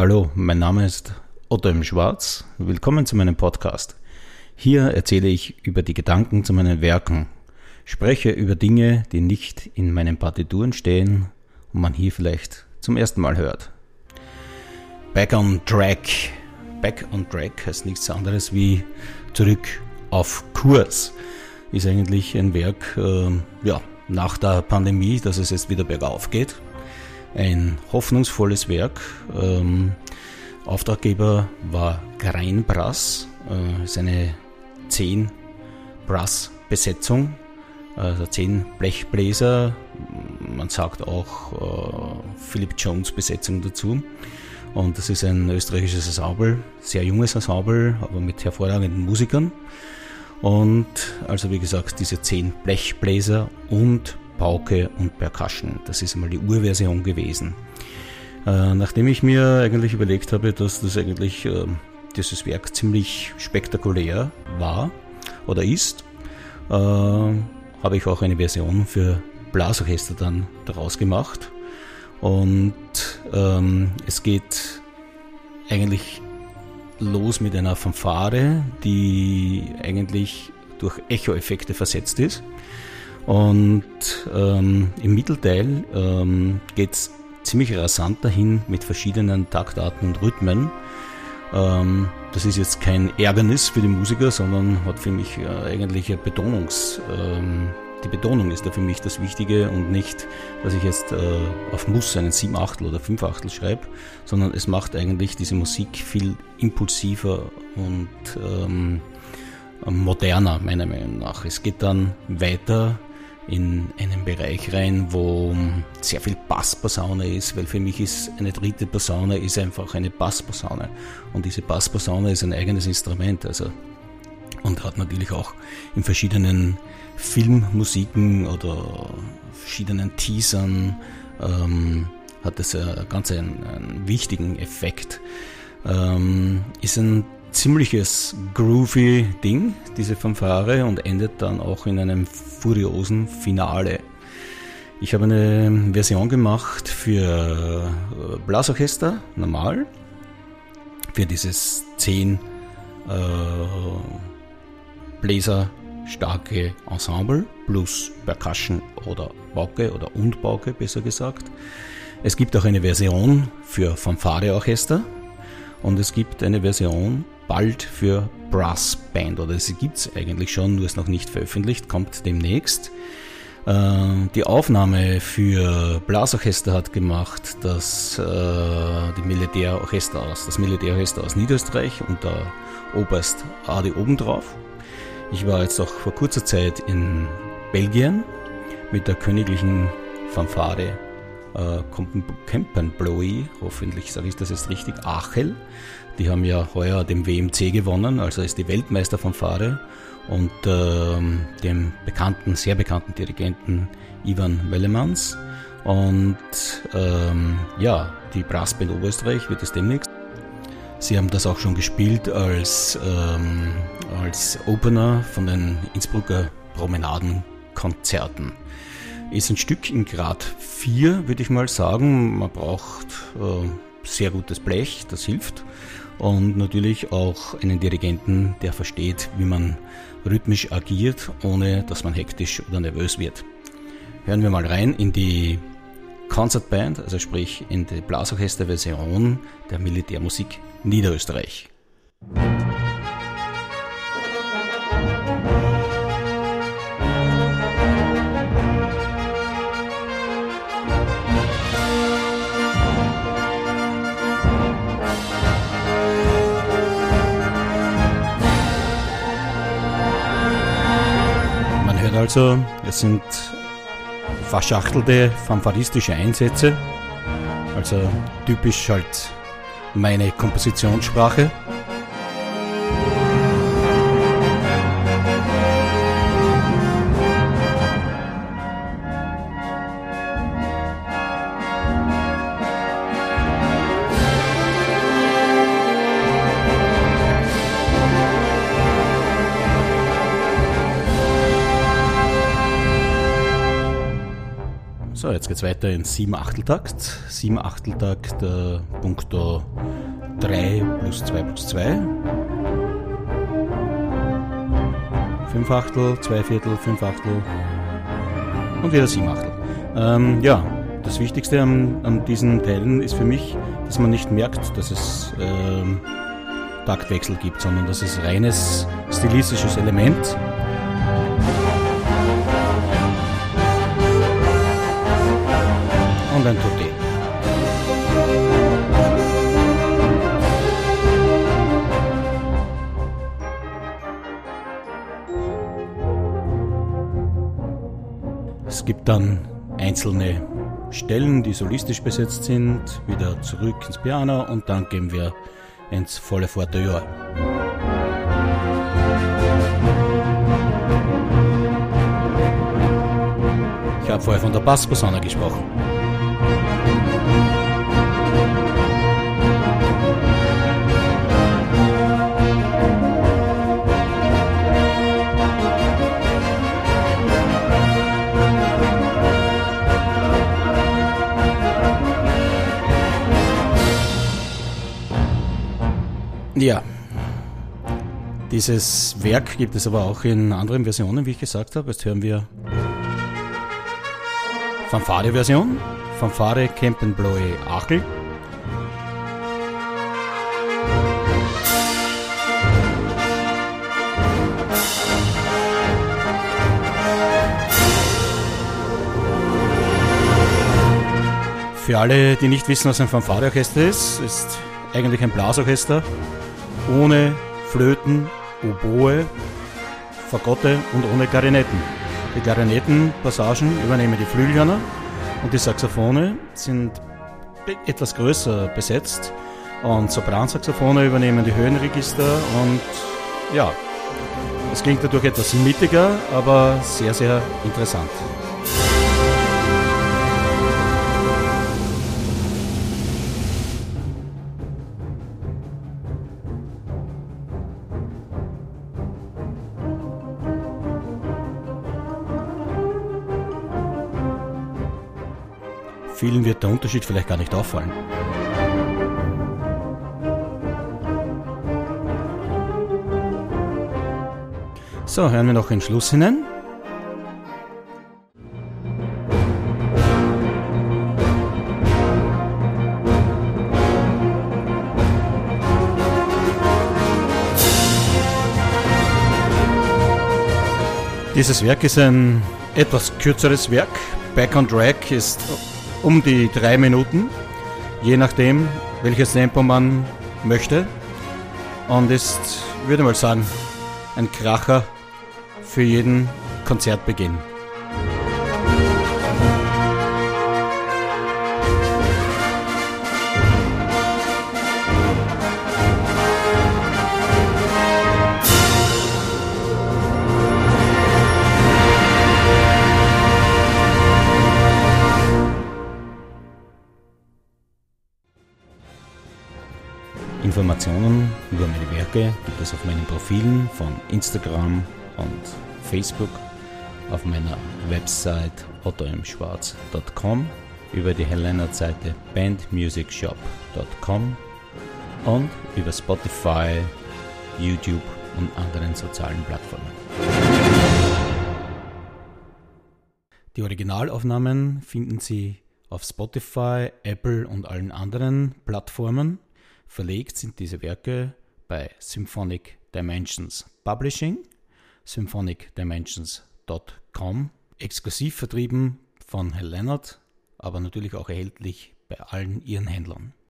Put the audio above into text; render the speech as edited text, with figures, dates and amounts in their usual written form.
Hallo, mein Name ist Otto M. Schwarz. Willkommen zu meinem Podcast. Hier erzähle ich über die Gedanken zu meinen Werken, spreche über Dinge, die nicht in meinen Partituren stehen und man hier vielleicht zum ersten Mal hört. Back on Track. Back on Track heißt nichts anderes wie zurück auf Kurs. Ist eigentlich ein Werk nach der Pandemie, dass es jetzt wieder bergauf geht. Ein hoffnungsvolles Werk. Auftraggeber war Grain Brass. Ist eine 10 Brass-Besetzung, also 10 Blechbläser. Man sagt auch Philip Jones-Besetzung dazu. Und das ist ein österreichisches Ensemble, sehr junges Ensemble, aber mit hervorragenden Musikern. Und also wie gesagt, diese 10 Blechbläser und Pauke und Percussion. Das ist einmal die Urversion gewesen. Nachdem ich mir eigentlich überlegt habe, dass das eigentlich dieses Werk ziemlich spektakulär war oder ist, habe ich auch eine Version für Blasorchester dann daraus gemacht. Und es geht eigentlich los mit einer Fanfare, die eigentlich durch Echo-Effekte versetzt ist. Und im Mittelteil geht es ziemlich rasant dahin mit verschiedenen Taktarten und Rhythmen. Das ist jetzt kein Ärgernis für die Musiker, sondern hat für mich eigentlich eine die Betonung ist da für mich das Wichtige und nicht, dass ich jetzt auf Muss einen 7/8 oder 5/8 schreibe, sondern es macht eigentlich diese Musik viel impulsiver und moderner, meiner Meinung nach. Es geht dann weiter in einen Bereich rein, wo sehr viel Bassposaune ist, weil für mich ist eine dritte Posaune ist einfach eine Bassposaune. Und diese Bassposaune ist ein eigenes Instrument, und hat natürlich auch in verschiedenen Filmmusiken oder verschiedenen Teasern hat das ganz einen wichtigen Effekt. Ist ein ziemliches groovy Ding, diese Fanfare, und endet dann auch in einem furiosen Finale. Ich habe eine Version gemacht für Blasorchester, normal, für dieses 10 Bläser starke Ensemble plus Percussion oder Pauke und Pauke, besser gesagt. Es gibt auch eine Version für Fanfareorchester und es gibt eine Version bald für Brassband, oder sie gibt es eigentlich schon, nur ist noch nicht veröffentlicht, kommt demnächst. Die Aufnahme für Blasorchester hat gemacht das Militärorchester aus Niederösterreich unter Oberst Adi Obendrauf. Ich war jetzt auch vor kurzer Zeit in Belgien mit der königlichen Fanfare Kempenbloei, hoffentlich sage ich das jetzt richtig, Achel. Die haben ja heuer den WMC gewonnen, also ist die Weltmeisterfanfare, und dem sehr bekannten Dirigenten Ivan Wellemans. Und die Brassband Oberösterreich wird es demnächst. Sie haben das auch schon gespielt als Opener von den Innsbrucker Promenadenkonzerten. Ist ein Stück in Grad 4, würde ich mal sagen. Man braucht sehr gutes Blech, das hilft. Und natürlich auch einen Dirigenten, der versteht, wie man rhythmisch agiert, ohne dass man hektisch oder nervös wird. Hören wir mal rein in die Concertband, also sprich in die Blasorchester-Version der Militärmusik Niederösterreich. Also, es sind verschachtelte fanfaristische Einsätze, also typisch halt meine Kompositionssprache. So, jetzt geht's weiter in 7/8-Takt. 7/8-Takt, Punkto 3 plus 2 plus 2. 5/8, 2/4, 5/8 und wieder 7/8. Ja, das Wichtigste an diesen Teilen ist für mich, dass man nicht merkt, dass es Taktwechsel gibt, sondern dass es reines stilistisches Element. Und ein Tutti. Es gibt dann einzelne Stellen, die solistisch besetzt sind, wieder zurück ins Piano und dann gehen wir ins volle Fortepiano. Ich habe vorher von der Bassposaune gesprochen. Ja, dieses Werk gibt es aber auch in anderen Versionen, wie ich gesagt habe. Jetzt hören wir Fanfare-Version, Fanfare Kempenbloe Achel. Für alle, die nicht wissen, was ein Fanfare-Orchester ist eigentlich ein Blasorchester ohne Flöten, Oboe, Fagotte und ohne Klarinetten. Die Klarinettenpassagen übernehmen die Flügelhörner und die Saxophone sind etwas größer besetzt und Sopransaxophone übernehmen die Höhenregister und ja, es klingt dadurch etwas mittiger, aber sehr, sehr interessant. Vielen wird der Unterschied vielleicht gar nicht auffallen. So, hören wir noch den Schluss hinein. Dieses Werk ist ein etwas kürzeres Werk. Back on Track ist um die 3 Minuten, je nachdem, welches Tempo man möchte. Und ist, würde ich mal sagen, ein Kracher für jeden Konzertbeginn. Informationen über meine Werke gibt es auf meinen Profilen von Instagram und Facebook, auf meiner Website ottomschwarz.com, über die Hellennert-Seite bandmusicshop.com und über Spotify, YouTube und anderen sozialen Plattformen. Die Originalaufnahmen finden Sie auf Spotify, Apple und allen anderen Plattformen. Verlegt sind diese Werke bei Symphonic Dimensions Publishing, symphonicdimensions.com, exklusiv vertrieben von Hellennert, aber natürlich auch erhältlich bei allen Ihren Händlern.